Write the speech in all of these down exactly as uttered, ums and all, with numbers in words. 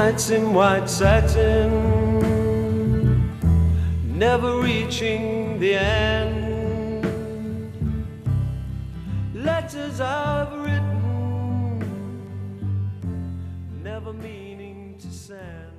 nights in white satin, never reaching the end. Letters I've written, never meaning to send.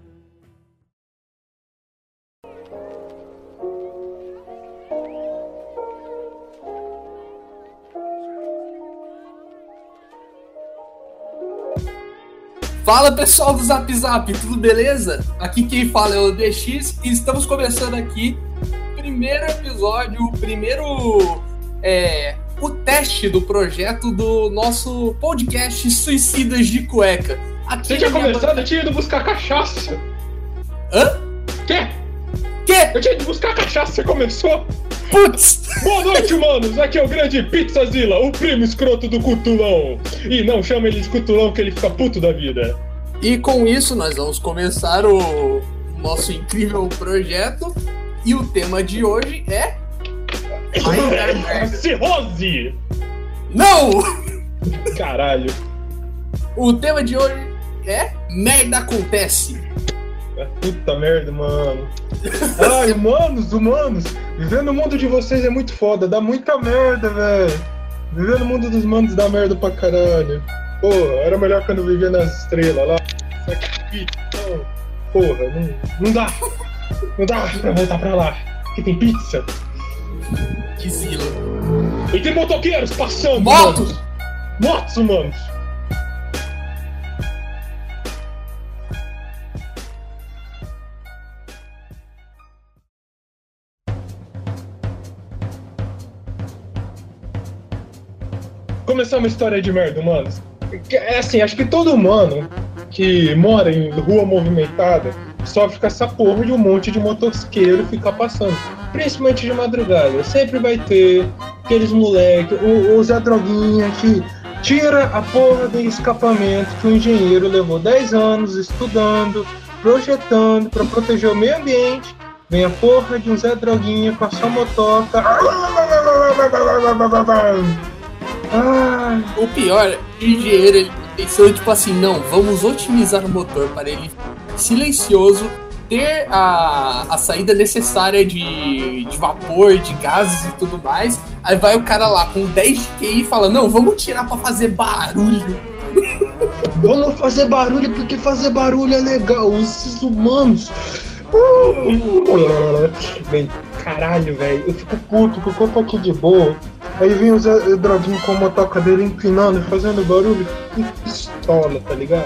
Fala pessoal do Zap Zap, tudo beleza? Aqui quem fala é o D X e estamos começando aqui o primeiro episódio, o primeiro, é, o teste do projeto do nosso podcast Suicidas de Cueca. Aqui Você tinha começado, eu tinha ido buscar cachaça. Hã? Quê? Quê? Eu tinha ido buscar cachaça, você começou? Putz! Boa noite, humanos! Aqui é o grande Pizzazilla, o primo escroto do Cutulão. E não chama ele de Cutulão que ele fica puto da vida. E com isso nós vamos começar o nosso incrível projeto. E o tema de hoje é... Cirrose! Não! Caralho. O tema de hoje é... Merda acontece. Puta merda, mano. Ai, humanos, humanos. Viver no mundo de vocês é muito foda, dá muita merda, velho. Viver no mundo dos manos dá merda pra caralho. Porra, era melhor quando eu vivia nas estrelas lá. Não, porra, não, não dá. Não dá pra voltar pra lá. Aqui tem pizza. Que zila. E tem motoqueiros passando. Motos! Motos, humanos. Começar uma história de merda, humanos. É assim, acho que todo humano que mora em rua movimentada sofre com essa porra de um monte de motosqueiro ficar passando. Principalmente de madrugada. Sempre vai ter aqueles moleques, o, o Zé Droguinha que tira a porra do escapamento que o engenheiro levou dez anos estudando, projetando para proteger o meio ambiente. Vem a porra de um Zé Droguinha com a sua motoca. Ah. O pior, o engenheiro ele pensou tipo assim, não, vamos otimizar o motor para ele silencioso, ter a, a saída necessária de, de vapor, de gases e tudo mais. Aí vai o cara lá com dez de Q I e fala, não, vamos tirar para fazer barulho. Vamos fazer barulho porque fazer barulho é legal. Esses humanos. Bem, caralho, velho. Eu fico puto porque eu tô aqui de boa. Aí vem o Zé Droguinho com a motoca dele empinando e fazendo barulho. Que pistola, tá ligado?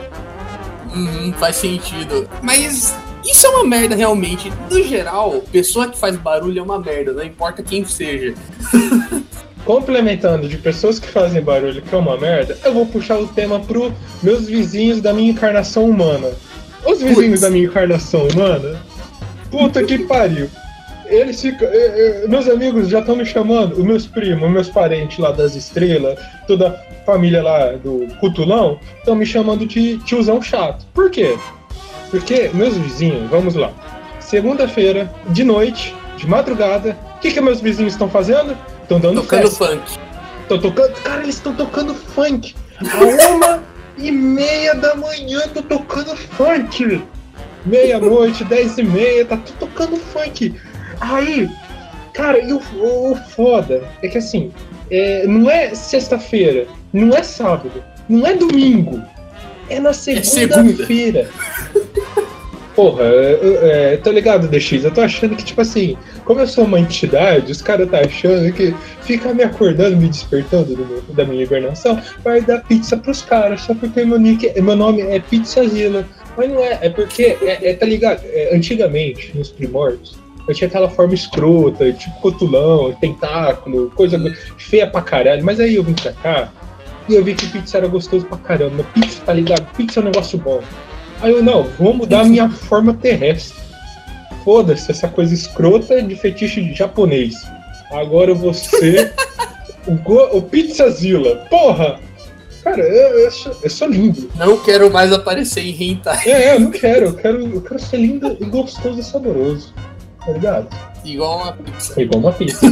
Hum, faz sentido. Mas isso é uma merda realmente. No geral, pessoa que faz barulho é uma merda, não importa quem seja. Complementando de pessoas que fazem barulho que é uma merda, eu vou puxar o tema pro meus vizinhos da minha encarnação humana. Os vizinhos Putz. da minha encarnação humana? Puta que pariu. Eles ficam. Eh, eh, meus amigos já estão me chamando, os meus primos, meus parentes lá das estrelas, toda a família lá do Cutulão, estão me chamando de tiozão chato. Por quê? Porque meus vizinhos, vamos lá. Segunda-feira, de noite, de madrugada, o que, que meus vizinhos estão fazendo? Estão dando tocando festa. funk. Estão tocando. Cara, eles estão tocando funk. A uma e meia da manhã, tô tocando funk. Meia-noite, dez e meia, tá tudo tocando funk. Aí, cara, e o, o, o foda é que assim, é, não é sexta-feira, não é sábado, não é domingo, é na segunda-feira. É Porra, é, é, tô ligado, D X, eu tô achando que, tipo assim, como eu sou uma entidade, os caras tá achando que ficar me acordando, me despertando do meu, da minha hibernação, vai dar pizza pros caras, só porque meu, nick, meu nome é Pizzazilla. Mas não é, é porque, é, é, tá ligado, é, antigamente, nos primórdios, eu tinha aquela forma escrota, tipo cotulão, tentáculo, coisa feia pra caralho. Mas aí eu vim pra cá e eu vi que pizza era gostoso pra caramba. Pizza, tá ligado? Pizza é um negócio bom. Aí eu, não, vou mudar a minha forma terrestre. Foda-se essa coisa escrota de fetiche de japonês. Agora eu vou ser o, go, o Pizzazilla. Porra! Cara, eu, eu, sou, eu sou lindo. Não quero mais aparecer em hentai. É, eu não quero. Eu quero, eu quero ser lindo e gostoso e saboroso. Tá ligado? Igual uma pizza. Igual uma pizza.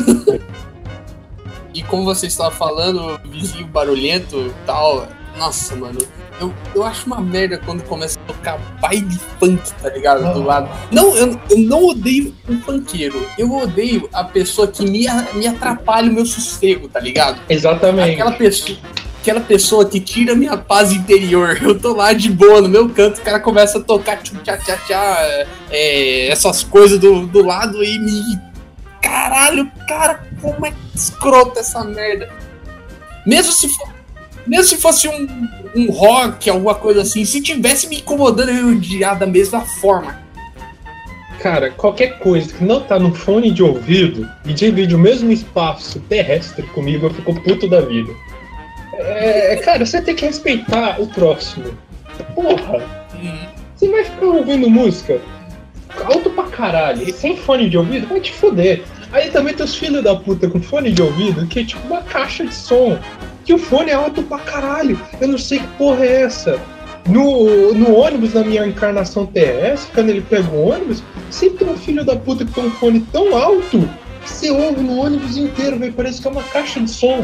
E como você estava falando, vizinho barulhento e tal, nossa, mano, eu, eu acho uma merda quando começa a tocar baile funk, tá ligado? Do Ah. lado. Não, eu, eu não odeio um funkeiro. Eu odeio a pessoa que me, me atrapalha o meu sossego, tá ligado? Exatamente. Aquela pessoa, aquela pessoa que tira a minha paz interior. Eu tô lá de boa no meu canto, o cara começa a tocar tchum, tchá, tchá, tchá, é, essas coisas do, do lado e me... Caralho, cara, como é escroto essa merda. Mesmo se, for, mesmo se fosse um, um rock, alguma coisa assim, se tivesse me incomodando, eu ia odiar da mesma forma. Cara, qualquer coisa que não tá no fone de ouvido e divide o mesmo espaço terrestre comigo, eu fico puto da vida. É, cara, você tem que respeitar o próximo. Porra, Hum. você vai ficar ouvindo música alto pra caralho, e sem fone de ouvido, vai te foder. Aí também tem os filhos da puta com fone de ouvido, que é tipo uma caixa de som, que o fone é alto pra caralho. Eu não sei que porra é essa. No, no ônibus, na minha encarnação terrestre, quando ele pega o ônibus, sempre tem um filho da puta que tem um fone tão alto que você ouve no ônibus inteiro, véio, parece que é uma caixa de som.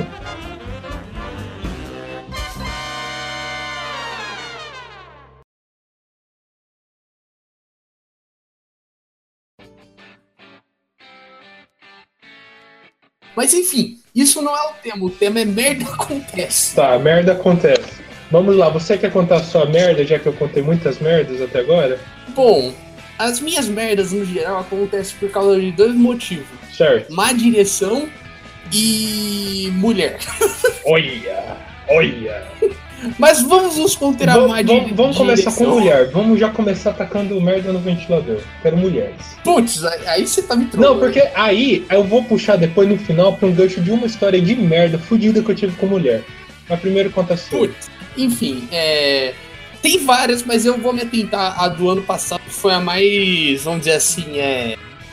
Mas enfim, isso não é o tema. O tema é merda acontece. Tá, merda acontece. Vamos lá, você quer contar a sua merda, já que eu contei muitas merdas até agora? Bom, as minhas merdas no geral acontecem por causa de dois motivos: Certo. má direção e mulher. Olha, olha. Mas vamos nos conter a má Vamos, di- vamos, vamos começar com direção. mulher. Vamos já começar atacando merda no ventilador. Quero mulheres. Putz, aí aí você tá me trolando. Não, porque aí eu vou puxar depois no final pra um gancho de uma história de merda fodida que eu tive com mulher. Mas primeiro conta a sua. Putz, enfim, é... tem várias, mas eu vou me atentar à do ano passado, que foi a mais, vamos dizer assim, é...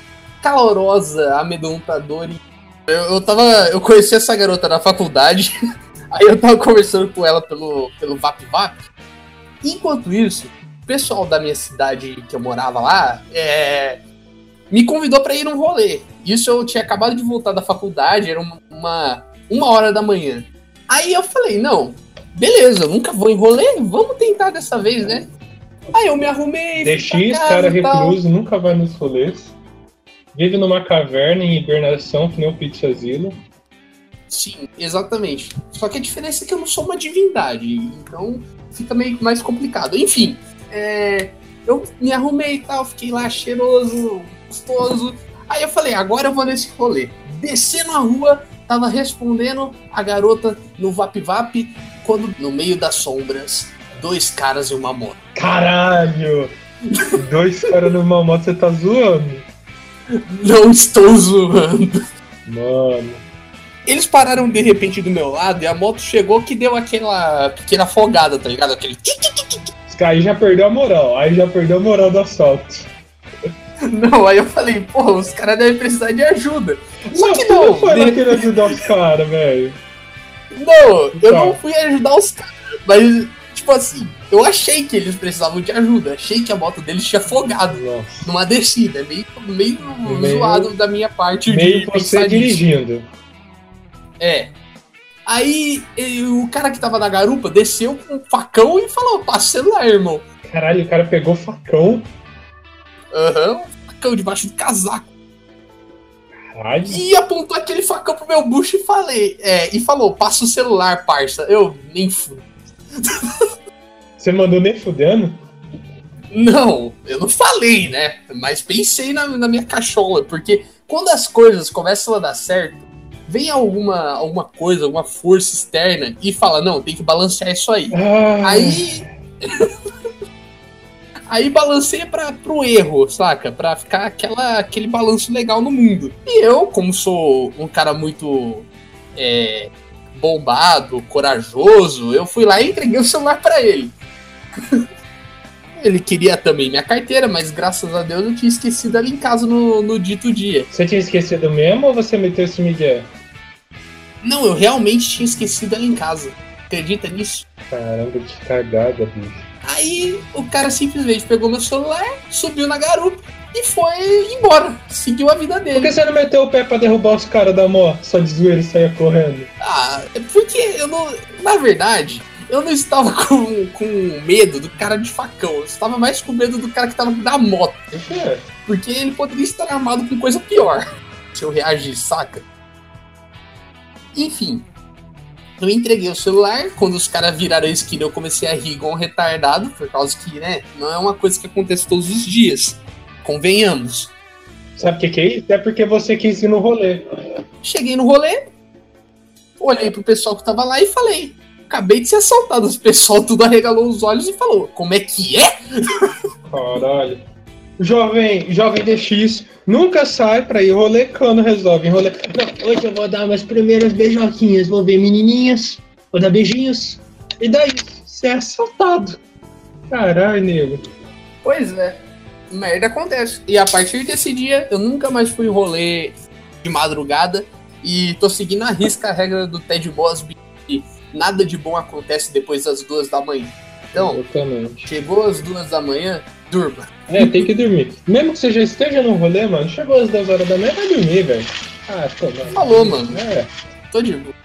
calorosa, amedrontadora. Eu, eu tava... Eu conheci essa garota na faculdade, aí eu tava conversando com ela pelo, pelo Vap Vap. Enquanto isso, o pessoal da minha cidade que eu morava lá, é... me convidou pra ir num rolê. Isso eu tinha acabado de voltar da faculdade, era uma, uma, uma hora da manhã. Aí eu falei, não, beleza, eu nunca vou em rolê, vamos tentar dessa vez, né? Aí eu me arrumei, D fui X, pra casa cara e tal. recluso, nunca vai nos rolês. Vive numa caverna em hibernação, que nem o Pizzazilo. Sim, exatamente. Só que a diferença é que eu não sou uma divindade, então fica meio mais complicado. Enfim, é, eu me arrumei e tal, fiquei lá cheiroso, gostoso. Aí eu falei, agora eu vou nesse rolê. Descendo a rua, tava respondendo a garota no Vap Vap, quando no meio das sombras, dois caras e uma moto. Caralho! Dois caras numa moto, você tá zoando? Não estou zoando. Mano. Eles pararam de repente do meu lado e a moto chegou que deu aquela pequena afogada, tá ligado? Aquele... Os caras aí já perdeu a moral, aí já perdeu a moral do assalto. Não, aí eu falei, pô, os caras devem precisar de ajuda. Só Mas que tu não, não foi lá de- querer ajudar os caras, velho. não, eu Tá. não fui ajudar os caras, mas, tipo assim, eu achei que eles precisavam de ajuda, achei que a moto deles tinha afogado Nossa. numa descida, é meio, meio, Meio- zoado da minha parte Meio de você pensar nisso. dirigindo. É. Aí e o cara que tava na garupa desceu com um facão e falou, passa o celular, irmão. Caralho, o cara pegou facão. Aham, um facão debaixo do casaco. Caralho. E apontou aquele facão pro meu bucho e falei, é, e falou, passa o celular, parça. Eu nem fui. Você mandou nem fudendo? Não, eu não falei, né? Mas pensei na, na minha cachola, porque quando as coisas começam a dar certo, vem alguma, alguma coisa, alguma força externa e fala, não, tem que balancear isso aí. Ah, Aí. Aí balanceia pra, pro erro, saca? Pra ficar aquela, aquele balanço legal no mundo. E eu, como sou um cara muito é, bombado, corajoso, eu fui lá e entreguei o celular pra ele. Ele queria também minha carteira, mas graças a Deus eu tinha esquecido ela em casa no, no dito dia. Você tinha esquecido mesmo ou você meteu esse migué? Não, eu realmente tinha esquecido ela em casa. Acredita nisso? Caramba, que cagada, bicho. Aí o cara simplesmente pegou meu celular, subiu na garupa e foi embora. Seguiu a vida Por dele. que você não meteu o pé pra derrubar os caras da moto? Só de zoeira e saia correndo? Ah, é porque eu não. Na verdade, eu não estava com, com medo do cara de facão, eu estava mais com medo do cara que estava da moto. É. Porque ele poderia estar armado com coisa pior. Se eu reagir, saca? Enfim. Eu entreguei o celular, quando os caras viraram a esquina eu comecei a rir igual um retardado, por causa que, né, não é uma coisa que acontece todos os dias. Convenhamos. Sabe o que, que é isso? É porque você quis ir no rolê. Cheguei no rolê, olhei pro pessoal que tava lá e falei: acabei de ser assaltado. O pessoal tudo arregalou os olhos e falou: como é que é? Caralho. Jovem, jovem D X nunca sai pra ir rolê quando resolve rolê. Não, hoje eu vou dar meus primeiras beijoquinhas. Vou ver menininhas, vou dar beijinhos. E daí, você é assaltado. Caralho, nego. Pois é. Merda acontece. E a partir desse dia, eu nunca mais fui rolê de madrugada. E tô seguindo a risca a regra do Ted Mosby, que nada de bom acontece depois das duas da manhã. Então, Exatamente. Chegou às duas da manhã, durma. É, tem que dormir. Mesmo que você já esteja no rolê, mano, chegou às dez horas da manhã, vai dormir, velho. Ah, tô, mano. Falou, mano. É. Tô de boa.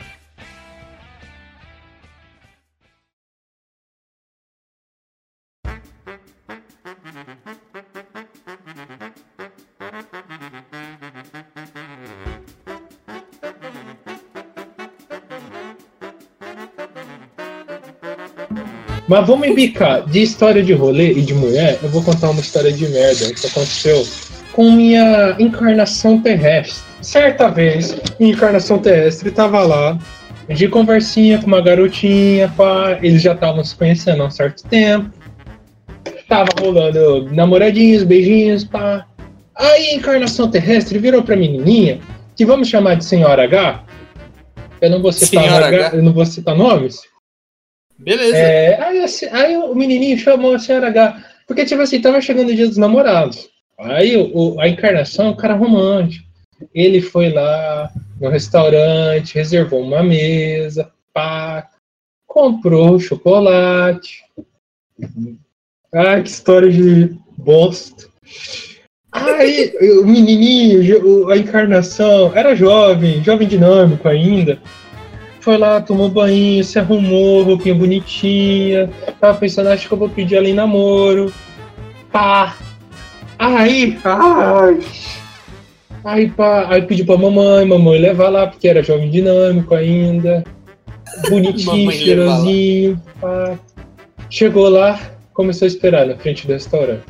Mas vamos embicar. De história de rolê e de mulher, eu vou contar uma história de merda que aconteceu com minha encarnação terrestre. Certa vez, minha encarnação terrestre tava lá, de conversinha com uma garotinha, pá. Eles já estavam se conhecendo há um certo tempo. Tava rolando namoradinhos, beijinhos, pá. Aí a encarnação terrestre virou pra menininha, que vamos chamar de Senhora H. Eu não vou citar, Senhora H, H. Eu não vou citar nomes. Beleza. É, aí, assim, aí o menininho chamou a Senhora H, porque, tipo assim, tava chegando o dia dos namorados. Aí o, a encarnação é um cara romântico. Ele foi lá no restaurante, reservou uma mesa, pá, comprou chocolate. Ah, que história de bosta. Aí o menininho, a encarnação, era jovem, jovem dinâmico ainda. Foi lá, tomou banho, se arrumou, roupinha bonitinha. Tava pensando, acho que eu vou pedir ela em namoro. Pá. Aí, ai. Aí, pá, aí pediu pra mamãe, mamãe levar lá, porque era jovem dinâmico ainda. Bonitinho, Mamãe cheirosinho. Pá. Chegou lá, começou a esperar na frente do restaurante.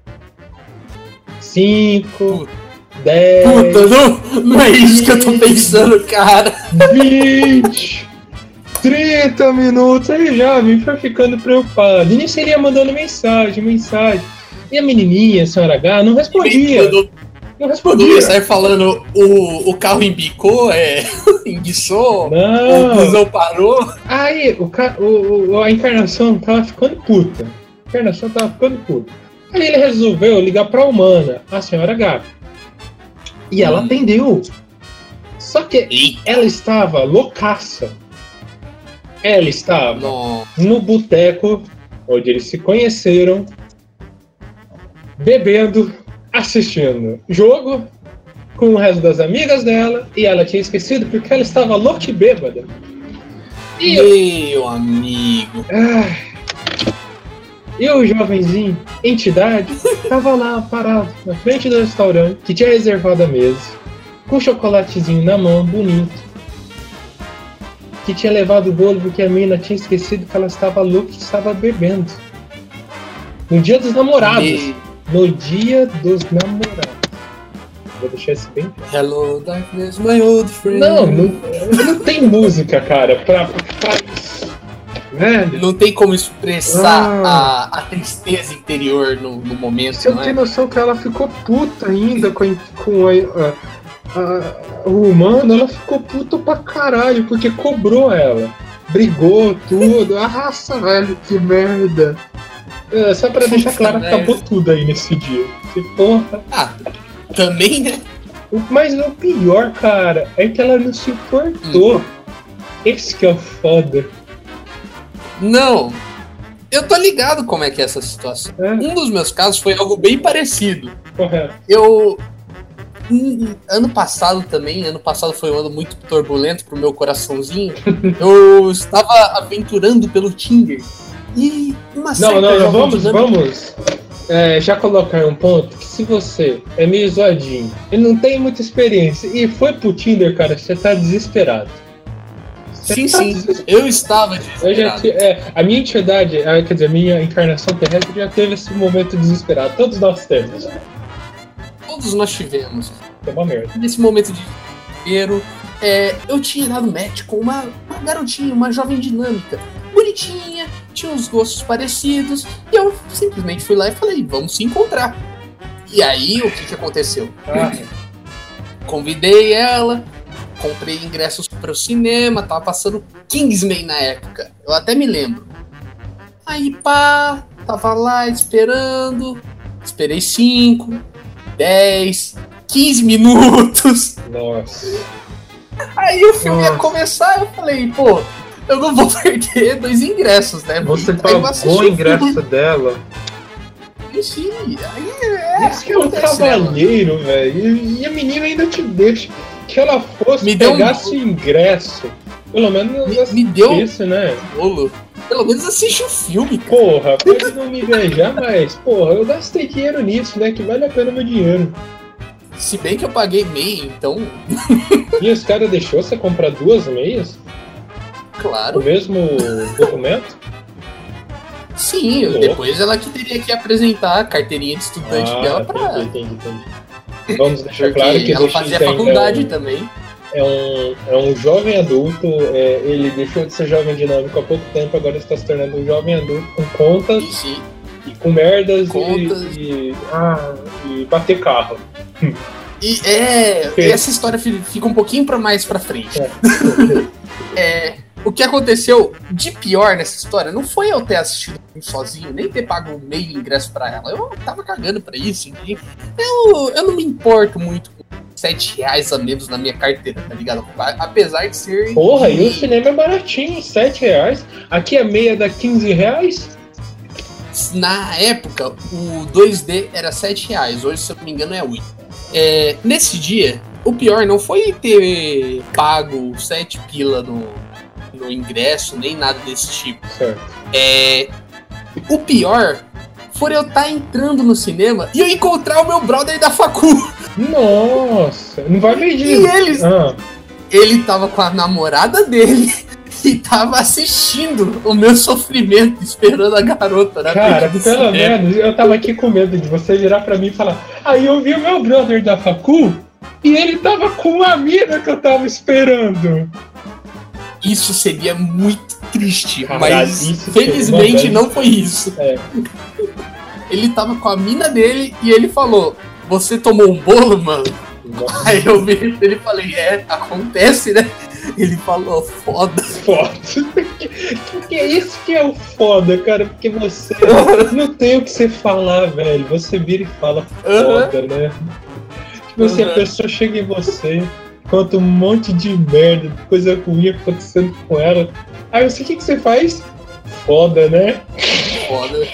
Cinco. Puta. dez. Puta, não, não é isso que eu tô pensando, cara. vinte, trinta minutos, aí já me foi ficando preocupado. E nem seria mandando mensagem, mensagem. E a menininha, a Senhora H, não respondia. Quando, Não quando respondia. sai falando o, o carro embicou, é, enguiçou, Não. o busão parou. Aí o, ca- o, o- a encarnação tava ficando puta. A encarnação tava ficando puta. Aí ele resolveu ligar pra humana, a Senhora H. E ela Hum. atendeu. Só que Eita, ela estava loucaça. Ela estava não. no boteco onde eles se conheceram, bebendo, assistindo jogo com o resto das amigas dela, e ela tinha esquecido porque ela estava louca e bêbada. E, Meu amigo. ah, e o jovenzinho, entidade, estava lá parado na frente do restaurante que tinha reservado a mesa, com um chocolatezinho na mão, bonito, que tinha levado o bolo porque a mina tinha esquecido que ela estava louca e estava bebendo. No dia dos namorados. Me- No dia dos namorados. Vou deixar isso bem claro. Hello, darkness, my old friend. Não, não, não tem música, cara, pra, pra isso. Velho, Não tem como expressar Ah. a, a tristeza interior no, no momento, você não não tem é? noção que ela ficou puta ainda com, a- com a, a- a- o humano, ela ficou puta pra caralho, porque cobrou ela. Brigou, tudo. Arrasa, velho, que merda. É, só pra deixar claro que acabou tudo aí nesse dia. Que porra. Ah, também, né? O- Mas o pior, cara, é que ela não se importou. Esse que é o foda. Não. Eu tô ligado como é que é essa situação. É, Um dos meus casos foi algo bem parecido. correto. Eu hum, ano passado também, ano passado foi um ano muito turbulento pro meu coraçãozinho. Eu estava aventurando pelo Tinder e uma Não, não, não, vamos, dinâmica... vamos é, já colocar um ponto que se você é meio zoadinho e não tem muita experiência e foi pro Tinder, cara, você tá desesperado. Você sim, tá sim, desesperado. Eu estava desesperado. Eu já te, é, a minha entidade, quer dizer, a minha encarnação terrestre já teve esse momento desesperado. Todos nós temos. Todos nós tivemos. É uma merda. Nesse momento de desespero, é, eu tinha dado match com uma, uma garotinha, uma jovem dinâmica, bonitinha, tinha uns gostos parecidos, e eu simplesmente fui lá e falei, vamos se encontrar. E aí, o que que aconteceu? Ah. Convidei ela, comprei ingressos para o cinema, tava passando Kingsman na época, eu até me lembro. Aí pá, tava lá esperando, esperei cinco, dez, quinze minutos. Nossa. Aí o filme Nossa. ia começar, eu falei, pô, eu não vou perder dois ingressos, né? Você pagou o ingresso filme. dela? Sim, aí é. Isso que é um cavalheiro, velho. E, e a menina ainda te deixa que ela fosse me pegasse um... o ingresso. Pelo menos me, me deu isso, né? Bolo. Pelo menos assiste o filme, cara. Porra, pode não me beijar, mas, porra, eu gastei dinheiro nisso, né? Que vale a pena o meu dinheiro. Se bem que eu paguei meia, então. E os caras deixou você comprar duas meias? Claro. O mesmo documento? Sim, eu, depois ela que teria que apresentar a carteirinha de estudante ah, dela pra. Entendi, entendi, entendi. Vamos deixar Porque claro que ela fazia faculdade é um, também. É um, é um jovem adulto, é, ele deixou de ser jovem dinâmico há pouco tempo, agora está se tornando um jovem adulto com contas Sim. e com merdas contas. E, e, ah, e bater carro. E é, e essa história fica um pouquinho pra mais pra frente. É. é, o que aconteceu de pior nessa história não foi eu ter assistido sozinho, nem ter pago meio ingresso pra ela. Eu tava cagando pra isso. Eu, eu não me importo muito com sete reais a menos na minha carteira, tá ligado? Apesar de ser... Porra, e o cinema é baratinho, sete reais. Aqui a meia dá quinze reais. Na época, o dois D era sete reais. Hoje, se eu não me engano, é oito. É, nesse dia, o pior não foi ter pago sete pila no, no ingresso, nem nada desse tipo. Certo. É, o pior foi eu estar entrando no cinema e eu encontrar o meu brother da facu. Nossa, não vai medir. E eles, ah. ele tava com a namorada dele e tava assistindo o meu sofrimento, esperando a garota. Na Cara, pelo cinema. menos eu tava aqui com medo de você virar pra mim e falar: aí eu vi o meu brother da facu e ele tava com a mina que eu tava esperando. Isso seria muito triste, Caralho, mas felizmente não foi isso. É. Ele tava com a mina dele e ele falou: você tomou um bolo, mano? Nossa. Aí eu vi ele e falei: é, acontece, né? Ele falou: foda. Foda. Porque é isso que é o foda, cara. Porque você não tem o que você falar, velho. Você vira e fala foda, uhum. né? Tipo assim, uhum. a pessoa chega em você, conta um monte de merda, coisa ruim acontecendo com ela. Aí você, o que, que você faz? Foda, né? Foda.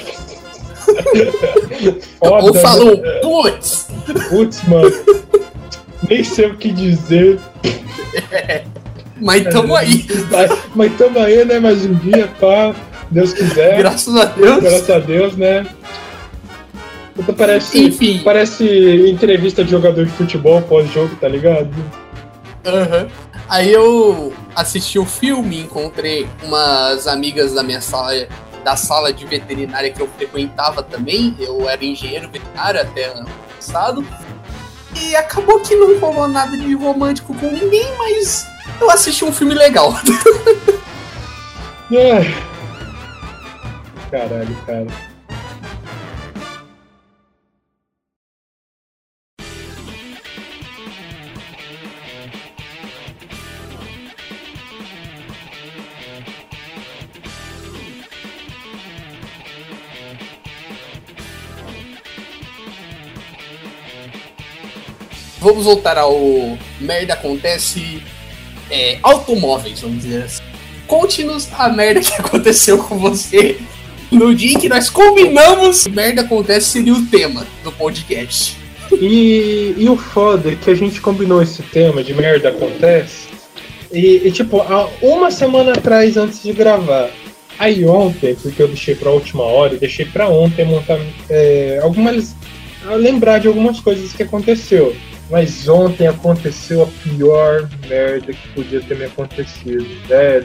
Foda. Ou falou, né? Putz! Putz, mano. Nem sei o que dizer. É. Mas tamo aí. Mas, mas tamo aí, né? Mais um dia, pá. Deus quiser. Graças a Deus. Graças a Deus, né? Então parece, Enfim. Parece entrevista de jogador de futebol pós-jogo, tá ligado? Aham. Uhum. Aí eu assisti o filme, encontrei umas amigas da minha sala, da sala de veterinária que eu frequentava também. Eu era engenheiro veterinário até ano passado. E acabou que não rolou nada de romântico com ninguém, mas eu assisti um filme legal. É. Caralho, cara. Vamos voltar ao merda acontece é, automóveis, vamos dizer assim. Conte-nos a merda que aconteceu com você no dia em que nós combinamos. Merda acontece seria o tema do podcast. E, e o foda é que a gente combinou esse tema de merda acontece. E, e tipo, há uma semana atrás antes de gravar. Aí ontem, porque eu deixei pra última hora, e deixei pra ontem montar é, algumas. lembrar de algumas coisas que aconteceu. Mas ontem aconteceu a pior merda que podia ter me acontecido, velho.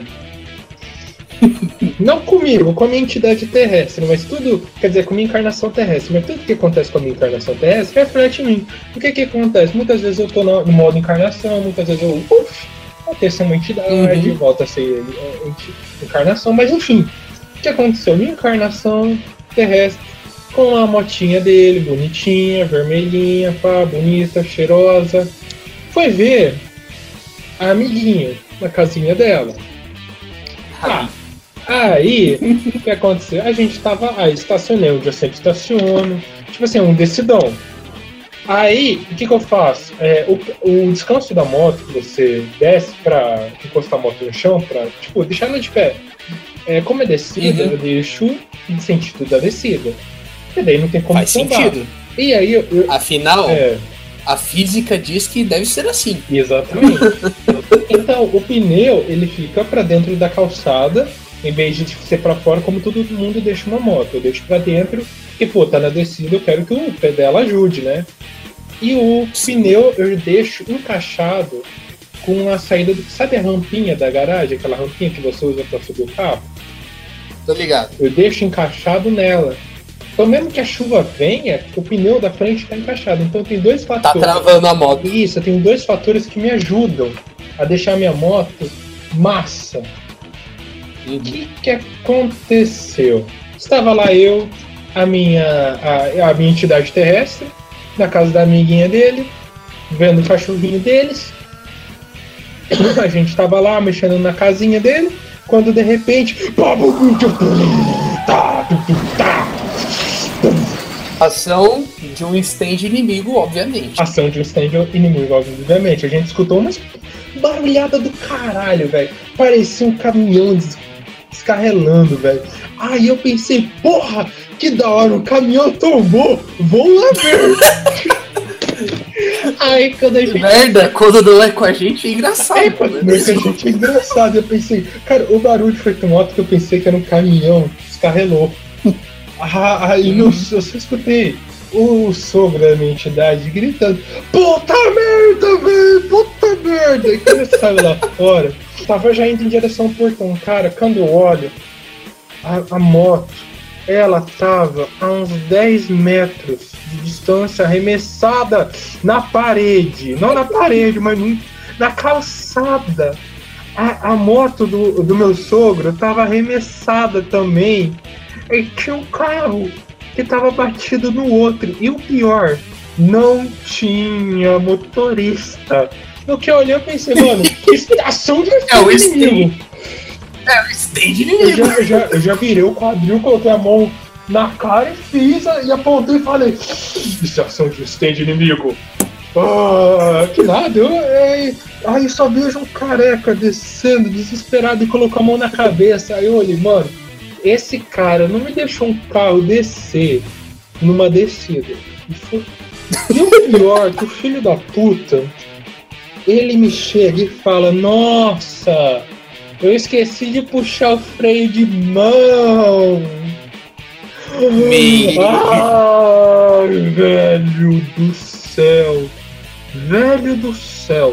Não comigo, com a minha entidade terrestre, mas tudo, quer dizer, com a minha encarnação terrestre, mas tudo que acontece com a minha encarnação terrestre reflete em mim. O que que acontece? Muitas vezes eu tô no modo encarnação, muitas vezes eu, uf, volto a ser uma entidade, uhum. volto a ser encarnação, mas enfim, o que aconteceu? Minha encarnação terrestre, com a motinha dele, bonitinha, vermelhinha, pá, bonita, cheirosa, foi ver a amiguinha na casinha dela. Ah, aí, o que aconteceu? A gente tava, aí estacionei onde eu sempre estaciono, tipo assim, um decidão. Aí, o que que eu faço? É, o, o descanso da moto, que você desce pra encostar a moto no chão, pra, tipo, deixar ela de pé. É, como é descida, uhum. eu deixo no sentido da descida. E daí não tem como Faz tombar. Sentido. E aí, eu, eu, Afinal, é, a física diz que deve ser assim. Exatamente. Então, o pneu, ele fica pra dentro da calçada, em vez de ser pra fora, como todo mundo deixa uma moto. Eu deixo pra dentro, e pô, tá na descida, eu quero que o pé dela ajude, né? E o pneu eu deixo encaixado com a saída do... Sabe a rampinha da garagem? Aquela rampinha que você usa pra subir o carro? Tô ligado. Eu deixo encaixado nela. Então mesmo que a chuva venha, o pneu da frente tá encaixado. Então tem dois fatores. Tá travando a moto. Isso, tem dois fatores que me ajudam a deixar minha moto massa. O uhum. que que aconteceu? Estava lá eu, a minha, a, a minha entidade terrestre, na casa da amiguinha dele, vendo o cachorrinho deles. A gente estava lá mexendo na casinha dele, quando de repente... Ação de um stand inimigo, obviamente. Ação de um stand inimigo, obviamente. A gente escutou uma barulhada do caralho, velho. Parecia um caminhão des- descarrelando, velho. Aí eu pensei, porra, que da hora, um caminhão tombou. Vamos lá ver. Aí quando a gente... Merda, quando não é com a gente é engraçado. É, quando não é com a gente é engraçado. Eu pensei, cara, o barulho foi tão alto que eu pensei que era um caminhão, descarrelou. Ah, aí hum. eu, eu só escutei o sogro da minha entidade gritando, puta merda, velho, puta merda. E quando eu saio lá fora, tava já indo em direção ao portão. Cara, quando eu olho, a, a moto, ela tava a uns dez metros de distância, arremessada na parede. Não na parede, mas na calçada. A, a moto do, do meu sogro tava arremessada também. E tinha um carro que tava batido no outro. E o pior, não tinha motorista. No que eu olhei, eu pensei, mano, que estação de é o inimigo. É o stand inimigo. Eu já, eu, já, eu já virei o quadril, coloquei a mão na cara e fiz, e apontei e falei, estação de stand inimigo. Ah, que nada, eu, é, aí eu só vejo um careca descendo, desesperado, e colocou a mão na cabeça. Aí eu olhei, mano, esse cara não me deixou um carro descer numa descida. E, foi... e o pior, que o filho da puta, ele me chega e fala, nossa, eu esqueci de puxar o freio de mão. Me... Ai, velho do céu. Velho do céu.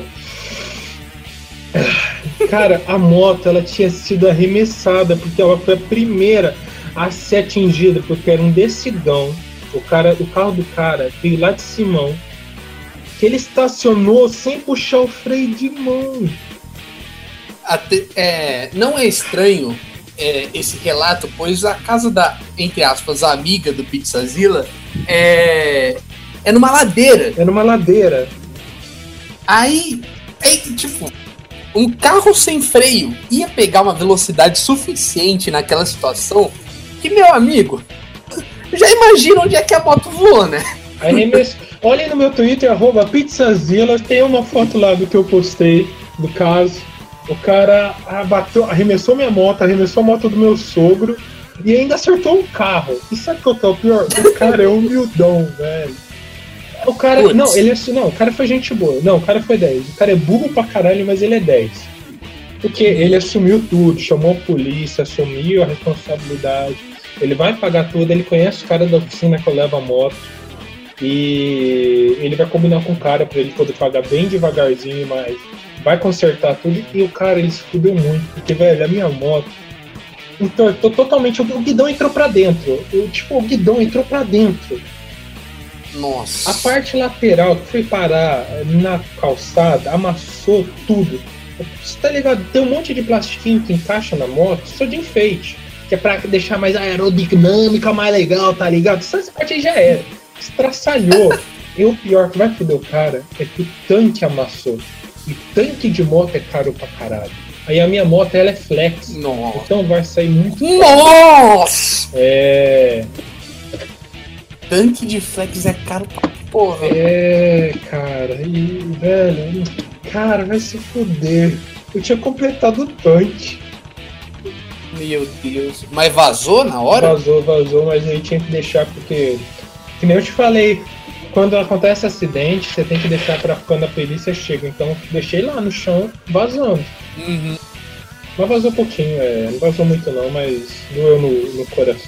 Cara, a moto, ela tinha sido arremessada porque ela foi a primeira a ser atingida, porque era um decidão. O, cara, o carro do cara veio lá de Simão, que ele estacionou sem puxar o freio de mão. Até, é, não é estranho é, esse relato, pois a casa da, entre aspas, a amiga do Pizzazilla é, é numa ladeira. É numa ladeira. Aí, é, tipo... Um carro sem freio ia pegar uma velocidade suficiente naquela situação que, meu amigo, já imagina onde é que a moto voa, né? Arremesso. Olhem no meu Twitter, arroba Pizzazilla, tem uma foto lá do que eu postei, do caso. O cara abateu, arremessou minha moto, arremessou a moto do meu sogro e ainda acertou um carro. E sabe qual que é o pior? O cara é humildão, velho. O cara, Putz. não, ele é, não, o cara foi gente boa. Não, o cara foi dez. O cara é burro pra caralho, mas ele é dez. Porque ele assumiu tudo, chamou a polícia, assumiu a responsabilidade. Ele vai pagar tudo, ele conhece o cara da oficina que eu levo a moto. E ele vai combinar com o cara pra ele poder pagar bem devagarzinho, mas vai consertar tudo. E o cara, ele se fudeu muito, porque, velho, a minha moto entortou totalmente. O guidão entrou pra dentro. Eu, tipo, o guidão entrou pra dentro. Nossa. A parte lateral que foi parar na calçada amassou tudo. Você tá ligado? Tem um monte de plastiquinho que encaixa na moto só de enfeite, que é pra deixar mais aerodinâmica, mais legal, tá ligado? Só essa parte aí já era. Estraçalhou. E o pior que vai foder o cara é que o tanque amassou. E tanque de moto é caro pra caralho. Aí a minha moto, ela é flex. Nossa. Então vai sair muito. Nossa! É. Tanque de flex é caro pra porra. É, cara. E, velho. Cara, vai se fuder. Eu tinha completado o tanque. Meu Deus. Mas vazou na hora? Vazou, vazou, mas aí tinha que deixar porque. Que nem eu te falei. Quando acontece acidente, você tem que deixar pra quando a perícia chega. Então eu deixei lá no chão, vazando. Uhum. Mas vazou pouquinho, é. Não vazou muito não, mas doeu no, no coração.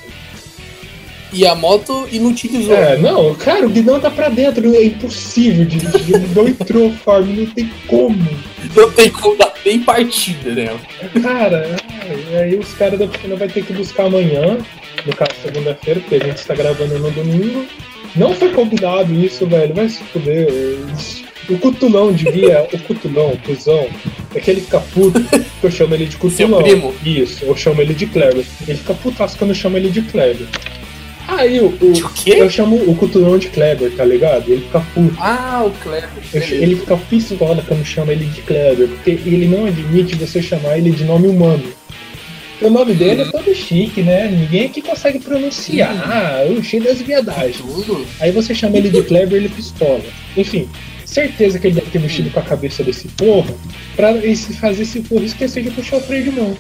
E a moto inutilizou. É, não, cara, o guidão tá pra dentro, é impossível dirigir. O guidão entrou, Fábio, não tem como. Não tem como dar nem partida, né? Cara, ai, aí os caras da oficina vai ter que buscar amanhã, no caso segunda-feira, porque a gente está gravando no domingo. Não foi combinado isso, velho, vai se fuder. O Cutulão devia, o Cutulão, o cuzão, é que ele fica puto, que eu chamo ele de Cutulão. Seu primo? Isso, eu chamo ele de Kleber. Ele fica putaço quando eu chamo ele de Kleber. Aí o, o, O quê? eu chamo o Cutulão de Kleber, tá ligado? Ele fica puto. Ah, o Kleber. Eu, ele fica pistola quando chama ele de Kleber, porque ele não admite você chamar ele de nome humano. O nome dele Uhum. é todo chique, né? Ninguém aqui consegue pronunciar. Ah, o cheio das viadagens. Tudo. Aí você chama ele de Kleber, ele pistola. Enfim, certeza que ele deve ter mexido com a cabeça desse porra pra esse, fazer esse porra esquecer de puxar o freio de mão.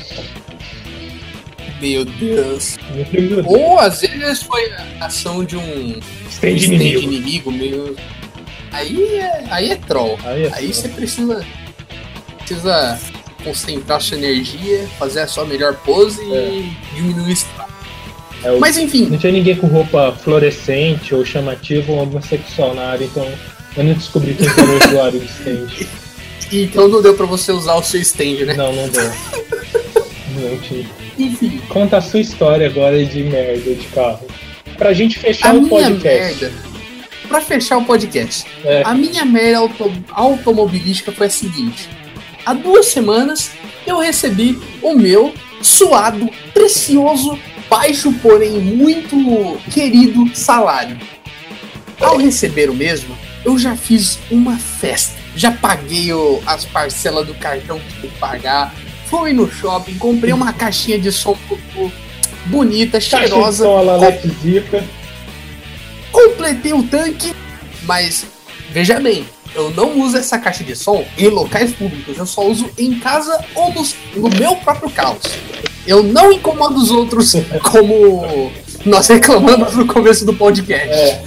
Meu Deus. Meu Deus. Ou às vezes foi a ação de um Stand stand inimigo. inimigo meio. Aí é, aí é troll. Aí é Aí troll. você precisa. Precisa concentrar sua energia, fazer a sua melhor pose É. e diminuir o estresse. É o- Mas enfim, Não tinha ninguém com roupa fluorescente ou chamativa ou homossexual na área, então eu não descobri quem era o usuário de stand. então não deu pra você usar o seu stand, né? Não, não deu. Não tinha. Enfim, Conta a sua história agora de merda de carro. Pra gente fechar a o minha podcast. merda. Pra fechar o podcast, É. a minha merda auto- automobilística foi a seguinte. Há duas semanas eu recebi o meu suado, precioso, baixo, porém muito querido salário. Ao receber o mesmo, eu já fiz uma festa. Já paguei o- as parcelas do cartão que tem que pagar. Fui no shopping, comprei uma caixinha de som bonita, cheirosa. Cachecol, a Alex Zica. Completei o tanque, mas veja bem, eu não uso essa caixa de som em locais públicos, eu só uso em casa ou nos- no meu próprio carro. Eu não incomodo os outros como nós reclamamos no começo do podcast. É.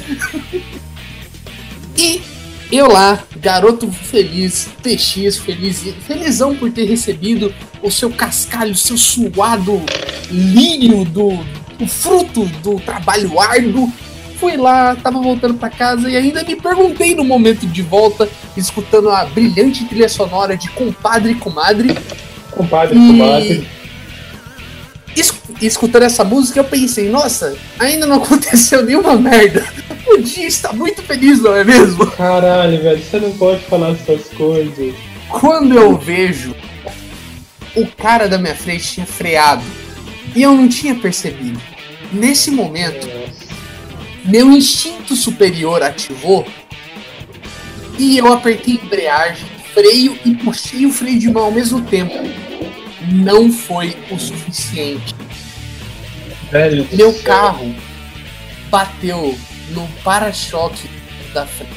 E eu lá, garoto feliz, T X, feliz, felizão por ter recebido o seu cascalho, o seu suado lírio do, do fruto do trabalho árduo. Fui lá, tava voltando pra casa e ainda me perguntei no momento de volta, escutando a brilhante trilha sonora de Compadre e Comadre. Compadre, E- comadre. Es- escutando essa música, eu pensei, nossa, ainda não aconteceu nenhuma merda. O dia está muito feliz, não é mesmo? Caralho, velho, você não pode falar essas coisas. Quando eu vejo, o cara da minha frente tinha freado e eu não tinha percebido. Nesse momento, Nossa. meu instinto superior ativou e eu apertei embreagem, freio e puxei o freio de mão ao mesmo tempo. Não foi o suficiente. Velho do Meu céu. carro bateu no para-choque da frente.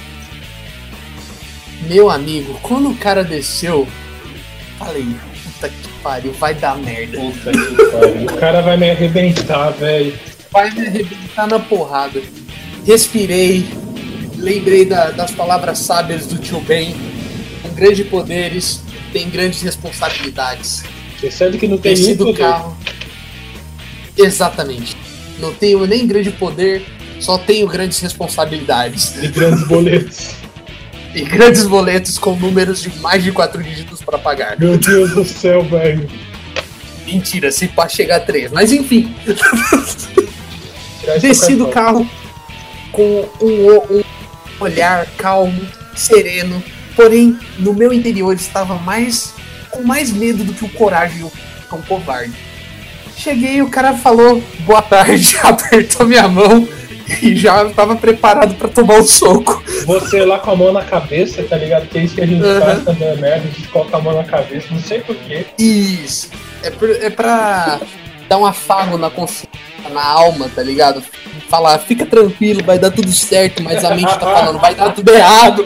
Meu amigo, quando o cara desceu, falei, puta que pariu, vai dar merda. Puta que pariu. O cara vai me arrebentar, velho. Vai me arrebentar na porrada. Respirei, lembrei da, das palavras sábias do tio Ben. Com grandes poderes, tem grandes responsabilidades. Sendo que não tem Desci nenhum do poder. carro. Exatamente. Não tenho nem grande poder, só tenho grandes responsabilidades. E grandes boletos. E grandes boletos com números de mais de quatro dígitos para pagar. Meu Deus do céu, velho. Mentira, se pá chegar a três. Mas enfim. Tirar esse Desci do cartão. carro com um, um olhar calmo, sereno. Porém, no meu interior estava mais com mais medo do que o coragem e o cão covarde. Cheguei, o cara falou boa tarde, apertou minha mão e já estava preparado para tomar um soco. Você lá com a mão na cabeça, tá ligado? Que é isso que a gente Uhum. faz quando é merda, a gente coloca a mão na cabeça, não sei porquê. Isso. É, por, é pra dar um afago na consciência, na alma, tá ligado? Falar, fica tranquilo, vai dar tudo certo, mas a mente tá falando, vai dar tudo errado.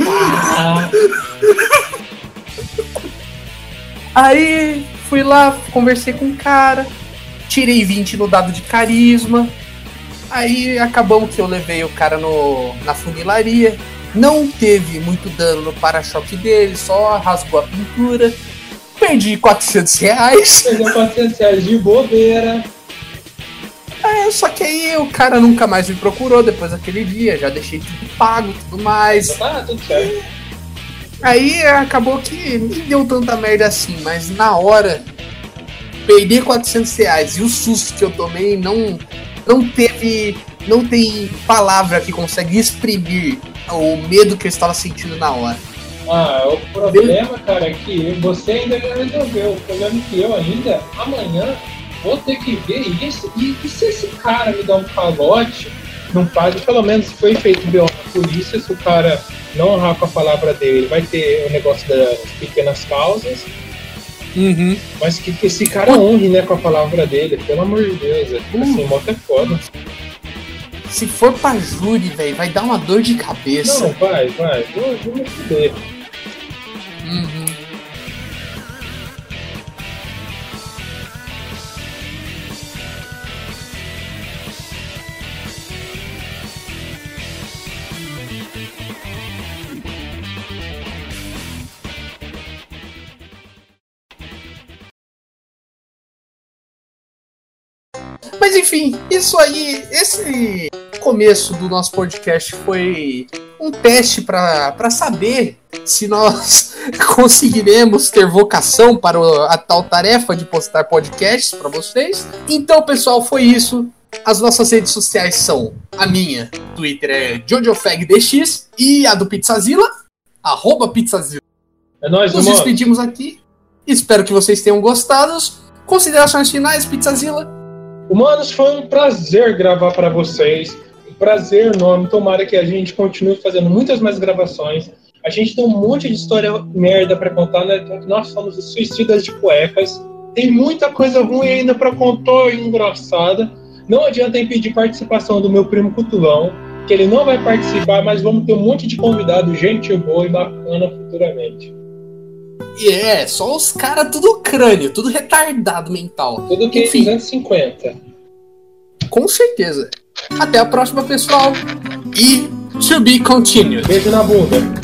Aí fui lá, conversei com o cara, tirei vinte no dado de carisma. Aí acabamos que eu levei o cara no, na funilaria. Não teve muito dano no para-choque dele, só rasgou a pintura. Perdi quatrocentos reais. Perdeu quatrocentos reais de bobeira. É, só que aí o cara nunca mais me procurou depois daquele dia. Já deixei tudo pago e tudo mais. Tá, tudo certo. Aí acabou que nem deu tanta merda assim, mas na hora, perder quatrocentos reais e o susto que eu tomei não, não teve. Não tem palavra que consegue exprimir o medo que eu estava sentindo na hora. Ah, o problema, cara, é que você ainda não resolveu. O problema é que eu ainda, amanhã, vou ter que ver isso. E, e se esse cara me dá um calote, não paga, pelo menos foi feito B O na polícia, se o cara não honrar com a palavra dele, vai ter o negócio das pequenas causas. Uhum. Mas que, que esse cara honre, né, com a palavra dele, pelo amor de Deus. É, tipo assim, moto é foda. Se for pra júri, velho, vai dar uma dor de cabeça. Não, vai, vai, vou, vou me fuder. Uhum. Mas enfim, isso aí, esse começo do nosso podcast foi um teste para saber se nós conseguiremos ter vocação para o- a tal tarefa de postar podcasts para vocês. Então, pessoal, foi isso. As nossas redes sociais são a minha, Twitter é JojoFagDX, e a do Pizzazilla, arroba Pizzazilla. É nóis, Nos irmão. despedimos aqui. Espero que vocês tenham gostado. Considerações finais, Pizzazilla? Humanos, foi um prazer gravar para vocês. Um prazer enorme. Tomara que a gente continue fazendo muitas mais gravações. A gente tem um monte de história merda para contar, né? Nós somos os suicidas de cuecas. Tem muita coisa ruim ainda para contar e engraçada. Não adianta impedir participação do meu primo Cutulão, que ele não vai participar, mas vamos ter um monte de convidado, gente boa e bacana futuramente. E é, só os caras tudo crânio, tudo retardado mental. Tudo que é Enfim, duzentos e cinquenta. com certeza. Até a próxima, pessoal. E to be continued. Beijo na bunda.